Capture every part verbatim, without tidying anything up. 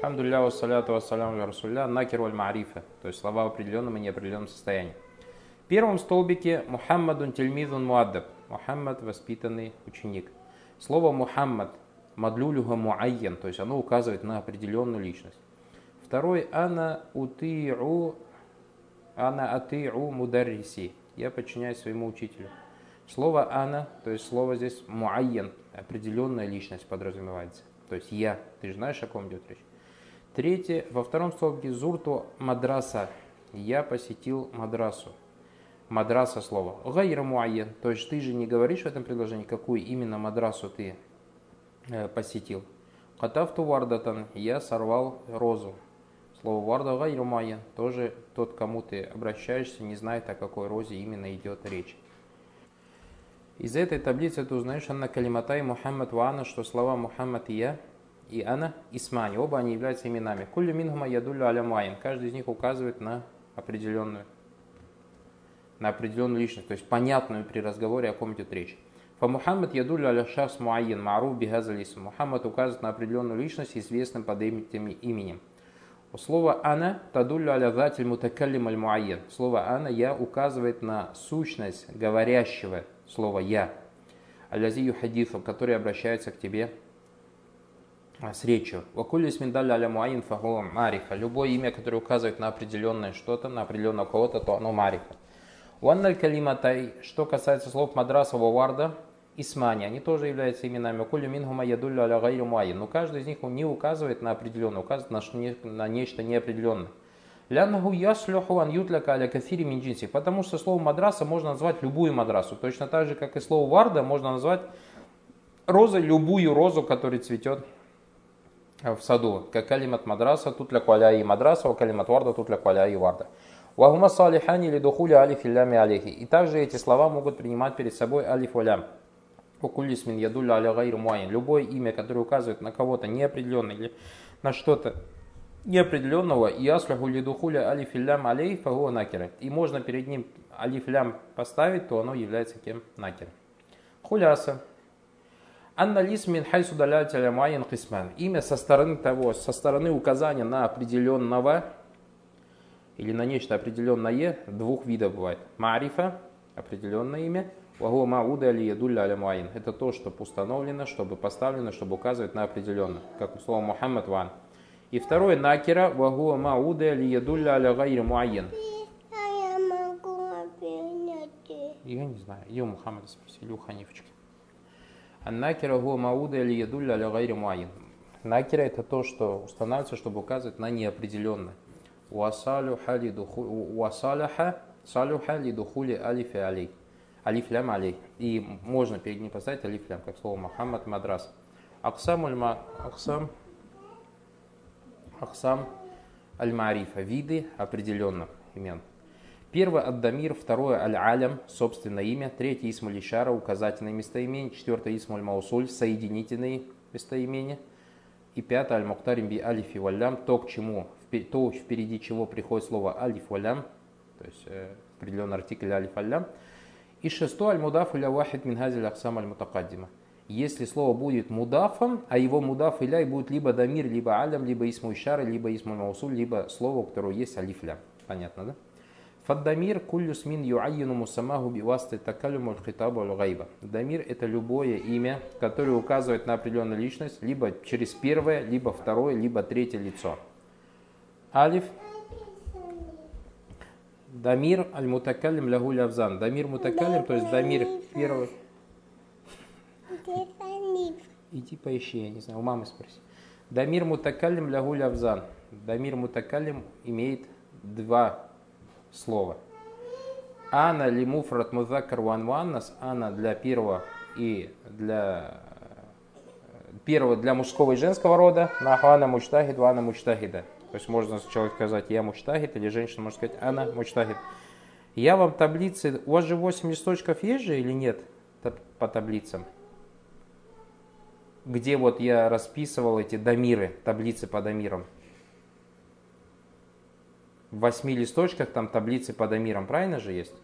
Хамдулля вассаляту вассаляму расулля накир валь маарифа, то есть слова в определенном и неопределенном состоянии. В первом столбике Мухаммадун тильмидун муаддаб, Мухаммад воспитанный ученик. Слово Мухаммад мадлюлюха муайян, то есть оно указывает на определенную личность. Второй ана утиу ана атиу мударриси, я подчиняюсь своему учителю. Слово ана, то есть слово здесь муайян, определенная личность подразумевается. То есть я, ты же знаешь, о ком идет речь. Третье, во втором столбике зурту мадраса, я посетил мадрасу. Мадраса слово. Гайра муайян, то есть ты же не говоришь в этом предложении, какую именно мадрасу ты э, посетил. Катафту вардатан, я сорвал розу. Слово варда гайра муайян, тоже тот, к кому ты обращаешься, не знает, о какой розе именно идет речь. Из этой таблицы ты узнаешь, анна калиматай Мухаммад ва ана, что слова Мухаммад и я, и ана исмани, оба они являются именами. Куллю минхума ядуллю аля муайян, каждый из них указывает на определенную, на определенную личность, то есть понятную при разговоре, о ком идет речь. Фа Мухаммад ядуллю аля шахс муайян, маруф бихазаль исм. Мухаммад указывает на определенную личность, известным под этим именем. Слово «ана» тадуллю аля затиль мутакаллим аль муайян. Слово «ана» я указывает на сущность говорящего, слово «я», алязию хадифу, который обращается к тебе с речью. Вакулли сминдалля аля муайян фахуа марифа. Любое имя, которое указывает на определенное что-то, на определенного кого-то, то оно марифа. Уанналь калиматай, что касается слов мадраса варда, исмани, они тоже являются именами. Вакулли минхума ядуллю аля гайру муайян. Но каждый из них не указывает на определенное, указывает на, на нечто неопределенное. Ляннаху яслюху ан ютляка аля кафири мин джинси. Потому что слово мадраса можно назвать любую мадрасу. Точно так же, как и слово варда можно назвать розой любую розу, которая цветет в саду. Как калимат мадраса, тут ля куаля и мадраса, а калимат варда, тут ля куаля и варда. Вахума салихани ли духуля алиф иллями алейхи. И также эти слова могут принимать перед собой алиф улям. Укулисмин ядулля аля гайру муайян. Любое имя, которое указывает на кого-то неопределенное или на что-то неопределенного, и асляху лидухуля алиф лям алей фагуа накера. И можно перед ним алиф лям поставить, то оно является кем? Накер. Хуляса. Анна лис мин хайсу даляль таля муайян кисман. Имя со стороны того, со стороны указания на определенного или на нечто определенное, двух видов бывает. Маарифа, определенное имя. Вагуа мауда ли ядулля аля муайян. Это то, что установлено, чтобы поставлено, чтобы указывать на определенное. Как слово Мухаммад ван. И второе накера, вагуа мауда ли ядулля аля гайри муайян. Я могу объяснять. Я не знаю, ее у Мухаммада спросили, у Ханифочки. А накера гуа мауда ли ядулля аля гайри муайян. Накера это то, что устанавливается, чтобы указывать на неопределенное. Уасалюха ли духули алифи алей. Алиф лям алей. И можно перед ним поставить алиф лям, как слово Мухаммад мадрас. Аксам ульма аксам Ахсам аль-Маарифа, виды определенных имен. Первое ад-Дамир, второе аль-Алям, собственное имя, третье исмуль ишара, указательное местоимение, четвертое исмуль маусуль, соединительные местоимения, и пятое аль-Мухтарим би алифи валям, то, к чему, то впереди чего приходит слово алиф валям, то есть э, определенный артикль алиф валям, и шестое аль-Мудаф иля вахид мин хазиль ахсам аль-Мутакаддима. Если слово будет мудафом, а его мудаф иляй будет либо дамир, либо алям, либо исму ишара, либо исму маусуль, либо слово, у которого есть алиф лям. Понятно, да? Фаддамир куллюс мин юайину мусамаху бивасты такалюму аль-хитабу аль-гайба. Дамир это любое имя, которое указывает на определенную личность, либо через первое, либо второе, либо третье лицо. Алиф. Дамир аль-мутакаллим лягу лявзан. Дамир мутакаллим, то есть дамир первый. Иди поищи, я не знаю, у мамы спроси. Дамир мутакаллим лягу лявзан. Дамир мутакаллим имеет два слова. Ана ли муфрат музаккар ван ваннас. Ана для первого и для первого для мужского и женского рода. Нахуана мучтахид вана мучтахида. То есть можно человек сказать я мучтахид, или женщина может сказать ана мучтахид. Я вам таблицы. У вас же восемь листочков есть же или нет по таблицам? Где вот я расписывал эти дамиры, таблицы по дамирам. В восьми листочках там таблицы по дамирам, правильно же есть?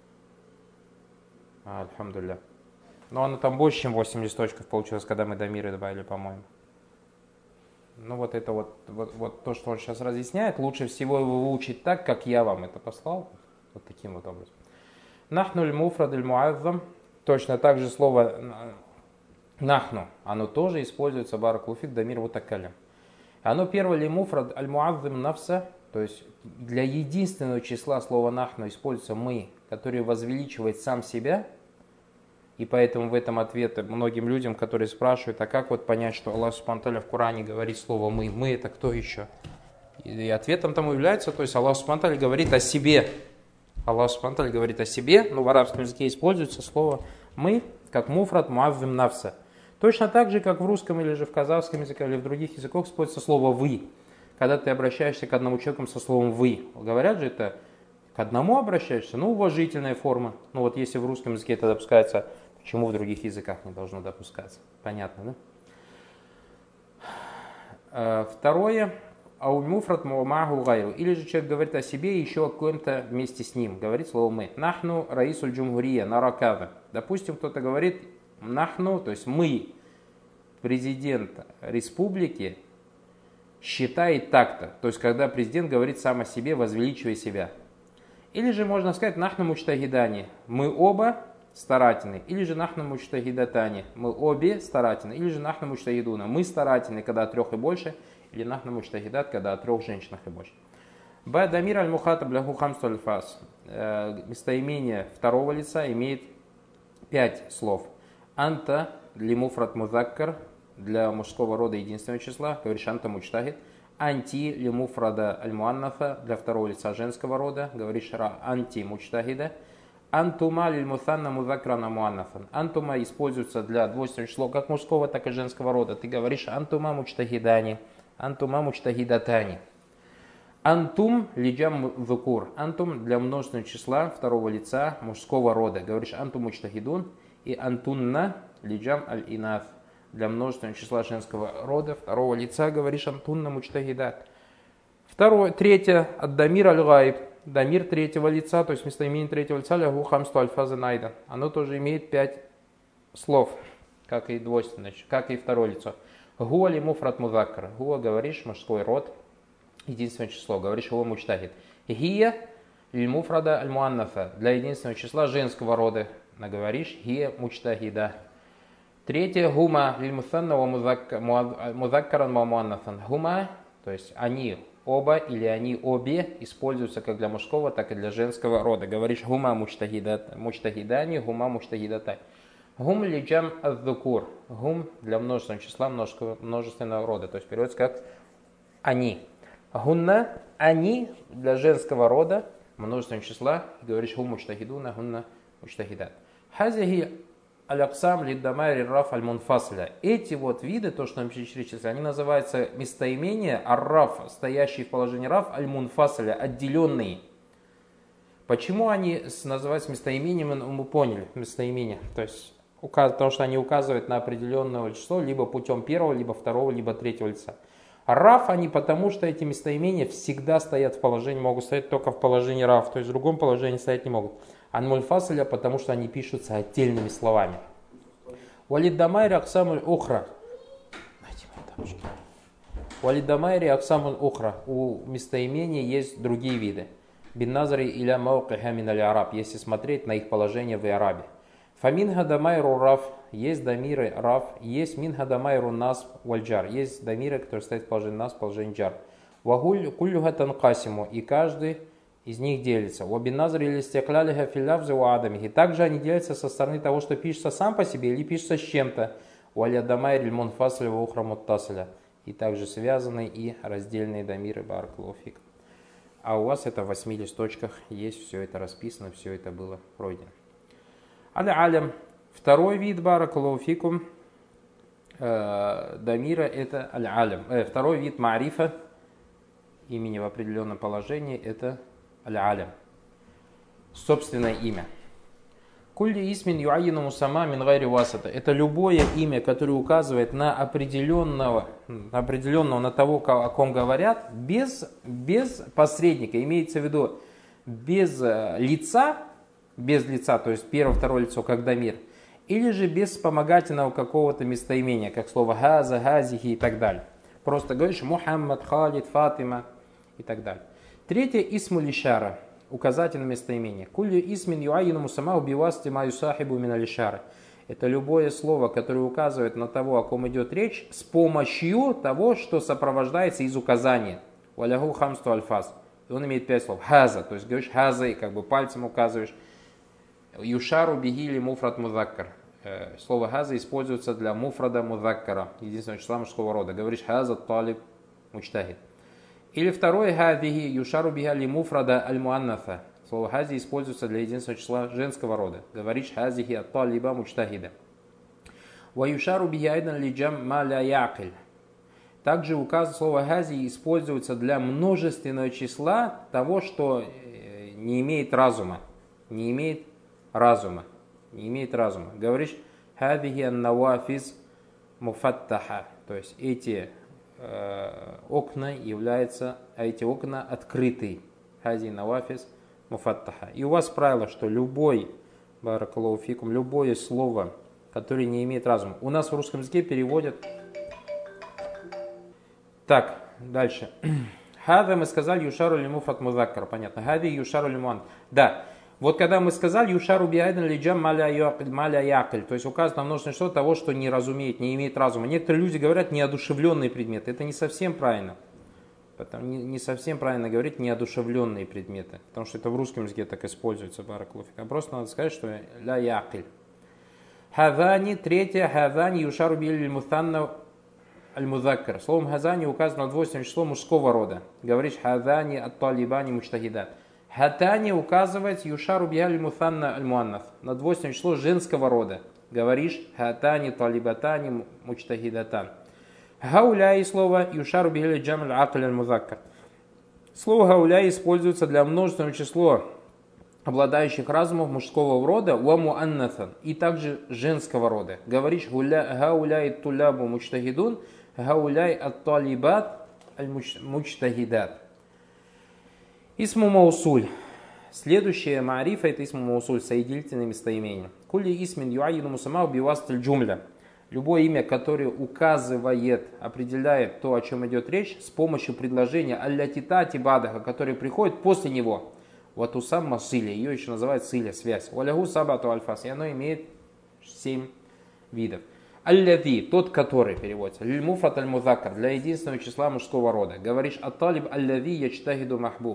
А, альхамдулилля. Но оно там больше, чем восемь листочков получилось, когда мы дамиры добавили, по-моему. Ну вот это вот, вот, вот то, что он сейчас разъясняет, лучше всего его выучить так, как я вам это послал, вот таким вот образом. Нахну аль-муфрад аль-муаззам, точно так же слово нахну, оно тоже используется баракулуфик дамир мутакаллим. Оно первое ли муфрад аль-муаззим нафса, то есть для единственного числа слова нахну используется мы, который возвеличивает сам себя. И поэтому в этом ответ многим людям, которые спрашивают, а как вот понять, что Аллах Субхану ва Тааля в Коране говорит слово «мы», «мы» это кто еще? И ответом тому является, то есть Аллах Субхану ва Тааля говорит о себе. Аллах Субхану ва Тааля говорит о себе, но в арабском языке используется слово «мы», как муфрад муаззим нафса. Точно так же, как в русском или же в казахском языке или в других языках используется слово «вы». Когда ты обращаешься к одному человеку со словом «вы». Говорят же это к одному обращаешься, ну уважительная форма. Ну вот если в русском языке это допускается, почему в других языках не должно допускаться? Понятно, да? Второе. Ауль-муфрад муамаху гайру. Или же человек говорит о себе и еще о ком-то вместе с ним. Говорит слово «мы». Нахну раисуль джумгурия наракада. Допустим, кто-то говорит нахну, то есть мы, президент республики, считает так-то. То есть когда президент говорит сам о себе, возвеличивая себя. Или же можно сказать нахну мучтагидани. Мы оба старательны. Или же нахну мучтагидатани. Мы обе старательны. Или же нахну мучтагидуна. Мы старательны, когда от трех и больше. Или нахну мучтагидат, когда от трех женщинах и больше. Ба дамир аль-мухатаб ляху хамсу аль-фас. Местоимение второго лица имеет пять слов. Анта ли муфрат музаккар, для мужского рода единственного числа, говоришь анта мучтагид. Анти ли муфрада аль-муаннафа, для второго лица женского рода, говоришь ра анти мучтагида. Антума ли мусанна музакрана муаннафан. Антума используется для двойственного числа как мужского, так и женского рода. Ты говоришь антума мучтагидани, антума мучтагидатани. Антум лиджам зукур. Антум для множественного числа второго лица мужского рода. Говоришь антум мучтагидун. И антунна лиджам аль-инаф. Для множественного числа женского рода второго лица говоришь антунна мучтагидат. Второе, третье, ад-дамир аль-гайб. Дамир третьего лица, то есть местоимение третьего лица, лягу хамсту альфаза найда. Оно тоже имеет пять слов, как и двойственное, как и второе лицо. Гуа ли муфрат музаккар. Гуа говоришь мужской род, единственное число, говоришь его мучтагид. Гия ли муфрада аль-муаннафа. Для единственного числа женского рода говоришь гия мучтагида. Третье, гума ли мусанна ва музаккаран ва муаннафан. Гума, то есть они оба или они обе используются как для мужского, так и для женского рода. Говоришь гума мучтагидани, гума мучтагидатай. Гум лиджам аззукур. Гум для множественного числа множественного рода. То есть переводится как они. Гунна они для женского рода множественного числа. Говоришь гум мучтагидуна, гунна мучтагидат. Хазихи аль-аксам лиддамайри раф аль-мунфасля. Эти вот виды, то, что нам перечислили, они называются местоимения ар-раф, стоящие в положении раф, аль-мунфасля, отделенные. Почему они называются местоимениями, мы поняли, местоимения. То есть, потому что они указывают на определенное число, либо путем первого, либо второго, либо третьего лица. Раф они потому, что эти местоимения всегда стоят в положении, могут стоять только в положении раф, то есть в другом положении стоять не могут. Ан-мульфасля, потому что они пишутся отдельными словами. Валиддамайри аксамуль ухра. Валиддамайри аксамуль ухра. У местоимения есть другие виды. Бин-назари иля маукиха мин аль-араб, если смотреть на их положение в Арабе. Фаминха дамайру раф. Есть дамиры раф. Есть минха дамайру насб вальджар. Есть дамиры, которые стоят в положении насб, в положении джар. Вагуль куллюха танкасиму. И каждый из них делится. Уабиназар или стеклялиха филявзы у адами. И также они делятся со стороны того, что пишется сам по себе или пишется с чем-то. Уаля дамайр или мунфасля в ухра муттасля. И также связанные и раздельные дамиры баракулуфик. А у вас это в восьми листочках есть, все это расписано, все это было пройдено. Аль-алям. Второй вид баракулуфикум э, дамира это аль-алям. Э, второй вид маарифа, имени в определенном положении, это аль-алям. Собственное имя. Кулли исмин юайину мусама мин гайри васата. Это любое имя, которое указывает на определенного, на определенного, на того, о ком говорят, без, без посредника. Имеется в виду без лица, без лица, то есть первое, второе лицо, как дамир, или же без вспомогательного какого-то местоимения, как слово газа, газихи и так далее. Просто говоришь Мухаммад, Халид, Фатима и так далее. Третье исмуль ишара, указательное местоимение. Кулью исмин юайину мусамау бивасти маю сахибу мин ишара. Это любое слово, которое указывает на того, о ком идет речь, с помощью того, что сопровождается из указания. Валяху хамсту альфаз. Он имеет пять слов. Хаза, то есть говоришь хаза и как бы пальцем указываешь. Юшару бигили муфрат мудаккар. Слово хаза используется для муфрада мудаккара, единственного числа мужского рода. Говоришь хаза талиб мучтахид. Или второе хадихи юшару бигали муфрада аль-муаннафа. Слово хази используется для единственного числа женского рода. Говоришь хазихи ат-талиба мучтахида. Ва юшару биги айдан лиджам ма ля я'киль. Также указ слова хази используется для множественного числа того, что не имеет разума. Не имеет разума. Не имеет разума. Говоришь хадихи ан-навафиз муфаттаха. То есть эти э, окна являются, а эти окна открыты. Хази навафиз муфаттаха. И у вас правило, что любой, баракаллаху фикум, любое слово, которое не имеет разума. У нас в русском языке переводят. Так, дальше. Хада мы сказали юшару ли муфрат музаккар. Понятно. Хади юшару ли муан. Да. Вот когда мы сказали юшару биайдан лиджам маля якль, то есть указано на множественное число того, что не разумеет, не имеет разума. Некоторые люди говорят неодушевленные предметы. Это не совсем правильно. Потому, не, не совсем правильно говорить неодушевленные предметы. Потому что это в русском языке так используется. А просто надо сказать, что ля якль. Хазани, третье, хазани юшару биайдан мутанна аль-музаккар. Словом хазани указано на двойственное число мужского рода. Говоришь хазани ат-талибани мучтахидат. Хатани указывает юшару биаль мутанна аль-муаннаф, на двойственное число женского рода. Говоришь хатани талибатани мучтахидатан. Гауляй слово юшару биаль джамаль акль аль-музаккар. Слово гауляй используется для множественного числа обладающих разумов мужского рода ва муаннафан, и также женского рода. Говоришь гауляй тулябу мучтахидун, гауляй ат-талибат аль-мучтахидат. Исму маусуль. Следующее маарифа это исму маусуль, соединительное местоимение. Кулли исмин юайину мусамау бивастиль джумля. Любое имя, которое указывает, определяет то, о чем идет речь, с помощью предложения аллятита тибадаха, которое приходит после него. Вот усамма силя, ее еще называют силя, связь. Валягу сабату альфас, и оно имеет семь видов. Аллави, тот, который переводится. Лильмуфрат аль-музаккар, для единственного числа мужского рода. Говоришь ат-талиб аллави ячтахиду махбуб.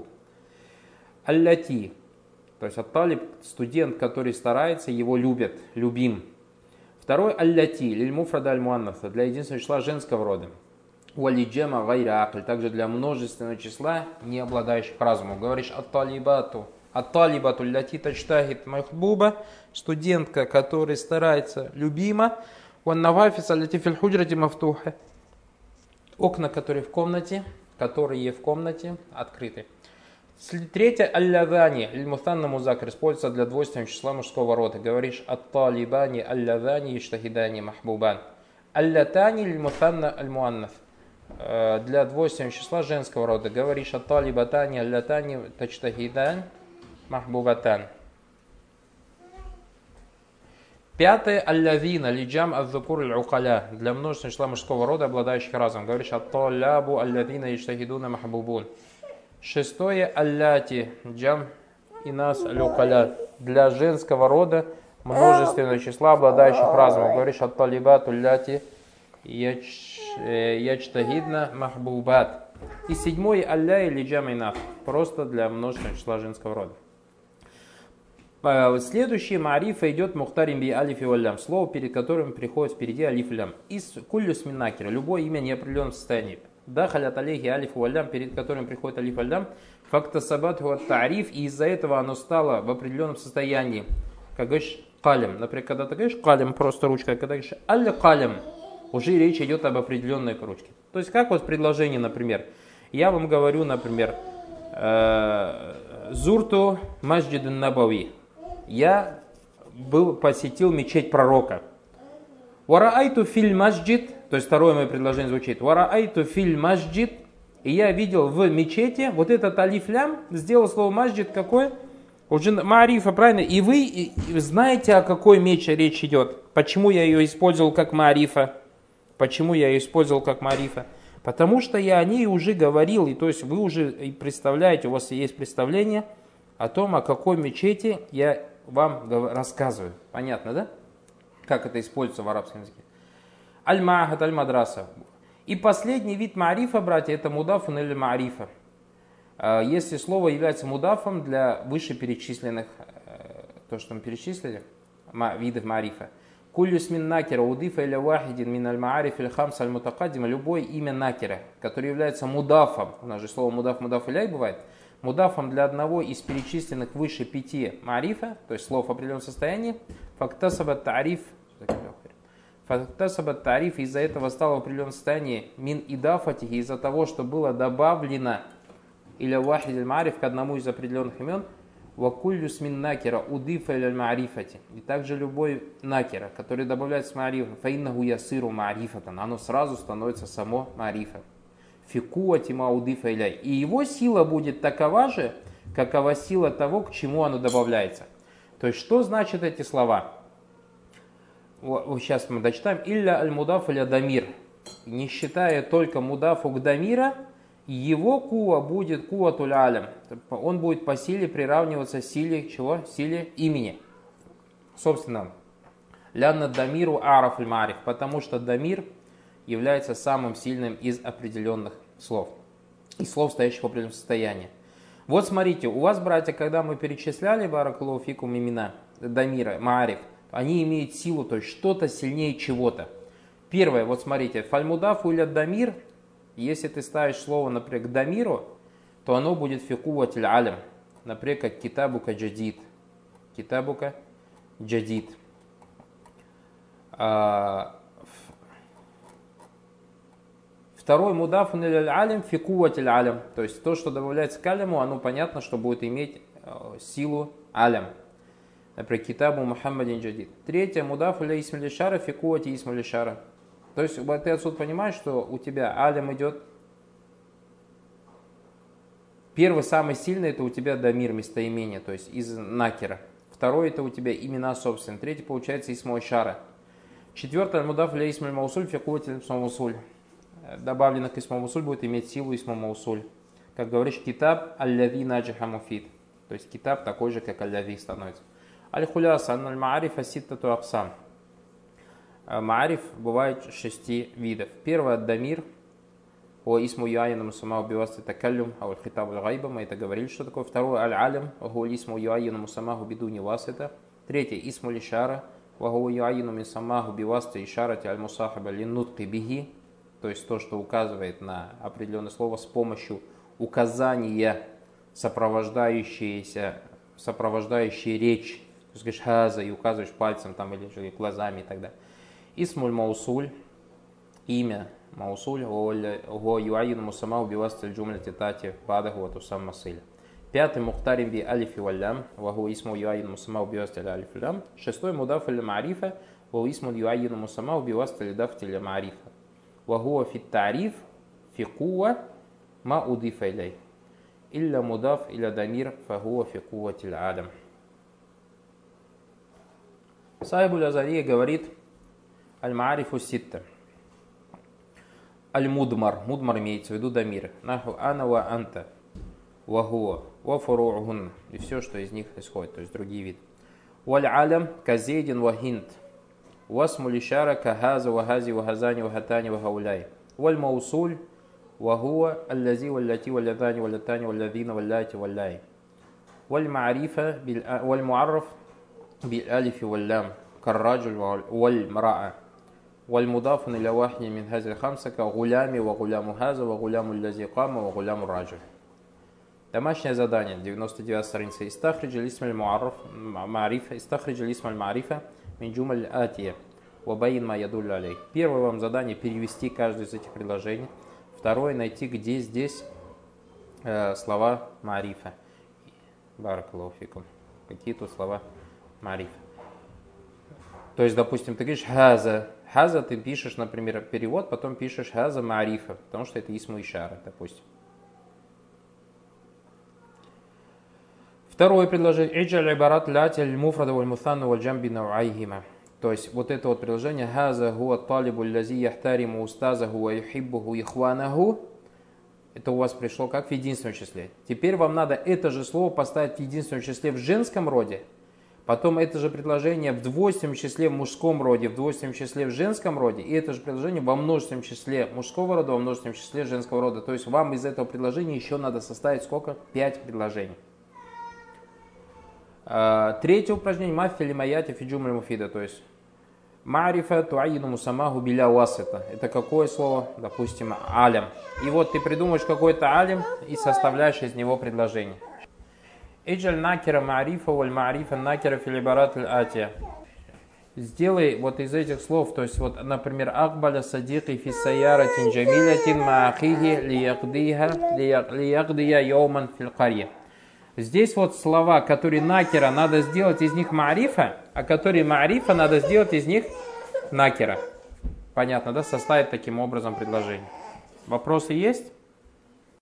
Аллати, то есть ат-талиб, студент, который старается, его любят, любим. Второй аллати, лильмуфрат аль-муаннафа, для единственного числа женского рода. Уалиджема гайра акль, также для множественного числа, не обладающих разумом. Говоришь ат-талибату. Ат-талибату аллати тачтахид махбуба, студентка, которая старается, любима. Уан-навафис аллати фил худжрати мафтуха. Окна, которые в комнате, которые в комнате открыты. Третье аллядани, ль-мутанна музаккар, используется для двойственного числа мужского рода. Говоришь ат-талибани аллядани иштахидани махбубан. Аллятани ль-мутанна аль-муаннаф, для двойственного числа женского рода. Говоришь ат-талибатани аллятани тачтахидан махбубатан. Пятое аллавина лиджам ад-зукур аль-укаля, для множественного числа мужского рода, обладающих разумом. Говоришь ат-талябу аллавина иштахидуна махбубун. Шестое алляти джам инас аль-укаля, для женского рода, множественного числа, обладающих разумом. Говоришь ат-талибату алляти ячтахидна махбубат. И седьмое алля или джам инас, просто для множественного числа женского рода. Следующий маарифа идет мухтарим би алиф и валлям, слово, перед которым приходит впереди алиф и лям. Из куллюс мин накира, любое имя неопределенного состояния. Да, халят алейхи алиф и валлям, перед которым приходит алиф и лям, фактасабат хуат тариф, и из-за этого оно стало в определенном состоянии. Как говоришь калим, например, когда ты говоришь калим, просто ручка, когда говоришь алля калим, уже речь идет об определенной ручке. То есть как вот предложение, например, я вам говорю, например, зурту масджидун набави. Я был, посетил мечеть пророка. Вараайту филь масджид, то есть второе мое предложение звучит. Вараайту филь масджид, и я видел в мечети, вот этот алиф лям, сделал слово масджид какое? Уже маарифа, правильно? И вы знаете, о какой мече речь идет. Почему я ее использовал как маарифа? Почему я ее использовал как маарифа? Потому что я о ней уже говорил, и то есть вы уже представляете, у вас есть представление о том, о какой мечети я вам рассказываю. Понятно, да? Как это используется в арабском языке. Аль-Маахад, аль-Мадраса. И последний вид маарифа, братья, это мудафун или маарифа. Если слово является мудафом для вышеперечисленных, то, что мы перечислили, видов маарифа. Куллю смин накера удифа или вахидин мин аль-маариф или хамса аль-мутакаддима, любое имя накера, которое является мудафом, у нас же слово мудаф, мудаф иляй бывает, мудафом для одного из перечисленных выше пяти маарифа, то есть слов в определенном состоянии, фактасабат тариф, фактасабат тариф, из-за этого стало в определенном состоянии мин идафатихи, из-за того, что было добавлено или вахид аль-маариф к одному из определенных имен, вакуллю смин накера удифа или аль-маарифати. И также любой накера, который добавляется с маарифа, фаиннаху ясиру маарифатан, оно сразу становится само маарифа. Фикуати ма удифа иляй. И его сила будет такова же, какова сила того, к чему оно добавляется. То есть, что значат эти слова? Сейчас мы дочитаем. Илля аль-мудаф иля дамир. Не считая только мудафу к дамира, его куа будет куатуль алям. Он будет по силе приравниваться силе чего? Силе имени. Собственно, лянна дамиру араф аль-маариф, потому что дамир является самым сильным из определенных слов. Из слов, стоящих в определенном состоянии. Вот смотрите, у вас, братья, когда мы перечисляли баракаллаху фикум имена дамира, маариф, они имеют силу, то есть что-то сильнее чего-то. Первое, вот смотрите, фальмудафу иля дамир. Если ты ставишь слово, например, к дамиру, то оно будет фикуватель алям. Например, как китабука джадид. Китабука джадид. Второй мудафун иль алям фикуватель алям. То есть то, что добавляется к аляму, оно понятно, что будет иметь силу алям. Например, китабу Мухаммадин джадид. Третье мудафу иля исмиль ишара фикувати исмиль ишара. То есть ты отсюда понимаешь, что у тебя алям идет. Первый, самый сильный, это у тебя дамир, местоимение, то есть из накера. Второй, это у тебя имена собственные. Третий, получается, исму ишара. Четвертое, мудаф ля исмуль маусуль фикуватель исму маусуль. Добавленных к исму маусуль будет иметь силу исму маусуль. Как говоришь, китаб аль-лави наджиха муфид. То есть китаб такой же, как аль-лави становится. Аль-хуляса аль-маариф аситтату аксам. Маариф бывает шести видов. Первое, дамир. О исму юайяну мусамау бивасты такаллюм, а вот хитабу гайба, мы это говорили, что такое. Второе, аль-алям. О исму юайяну мусамаху бидуни васита. Третье, исму лишара. О юайяну мусамаху бивасты ишарати аль-мусахаба линнутки биги. То есть то, что указывает на определенное слово с помощью указания, сопровождающиеся, сопровождающие речь. То есть говоришь хаза и указываешь пальцем там, или же глазами и так далее. Исмуль маусуль, имя маусуль, го юайин мусамау бивасталь джумля титати бадаху вату сам масыля. Пятый мухтарим би алифи валлям, вагу исму юайин мусамау бивасталь алиф лям. Шестой мудаф иля маарифа, вагу исму юайин мусамау бивасталь дафти иля маарифа. Вагу фит тариф, фикуа ма удифа иляй. Илля мудаф иля дамир, фагу фикуа тиль адам. Сайбуль Азария говорит, аль-маарифу ситта. Аль-мудмар. Мудмар имеется в виду дамир. Наху ана ва анта. Ва хуа. Ва фуру'хун. И все, что из них исходит, то есть другие виды. Валь-алям казейдин ва хинт. Васму лишара кахаза ва хази ва хазани ва хатани ва хауляй. Валь-маусуль. Ва хуа аллази валлати валлатани валлатани валлазина валлати валлай. Валь-маарифа валь-муарраф бил-алифи валлям. Карраджуль валь-мраа. والمضاف إلى واحد من هذه الخمسة كغلام وغلام هذا وغلام الذي قام وغلام الرجل. Домашнее задание, девяносто девятая страница. Истахридж аль-исм аль-муарраф ма'рифа, истахридж аль-исм аль-ма'рифа мин джумаль атия ва баин ма ядуллю алей. Первое вам задание перевести каждое из этих предложений. Второе, найти, где здесь э, слова ма'рифа. Баракаллаху фикум. Какие тут слова ма'рифа. То есть, допустим, ты говоришь хаза. Хаза ты пишешь, например, перевод, потом пишешь хаза маарифа, потому что это исму ишара, допустим. Второе предложение. Иджаль ибарат лати аль-муфрада валь-мутанна валь-джамби науайхима. То есть вот это вот предложение «Хаза хуа талибу лязи яхтариму устазаху ва юхиббуху ихванаху». Это у вас пришло как в единственном числе. Теперь вам надо это же слово поставить в единственном числе в женском роде. Потом это же предложение в двойственном числе в мужском роде, в двойственном числе в женском роде. И это же предложение во множественном числе мужского рода, во множественном числе женского рода. То есть вам из этого предложения еще надо составить сколько? Пять предложений. Третье упражнение. Маффи лимаяти фиджумль муфида. То есть Марифа туаину мусамаху биля васита. Это какое слово? Допустим, алям. И вот ты придумаешь какой-то алим и составляешь из него предложение. Эджаль накера марифа валь марифа накера филибарат аль-атия. Сделай вот из этих слов, то есть вот, например, акбаля садики фи сайяратин джамилятин маахихи лиякдия йоуман фил карья. Здесь вот слова, которые накера, надо сделать из них марифа, а которые марифа, надо сделать из них накера. Понятно, да? Составить таким образом предложение. Вопросы есть?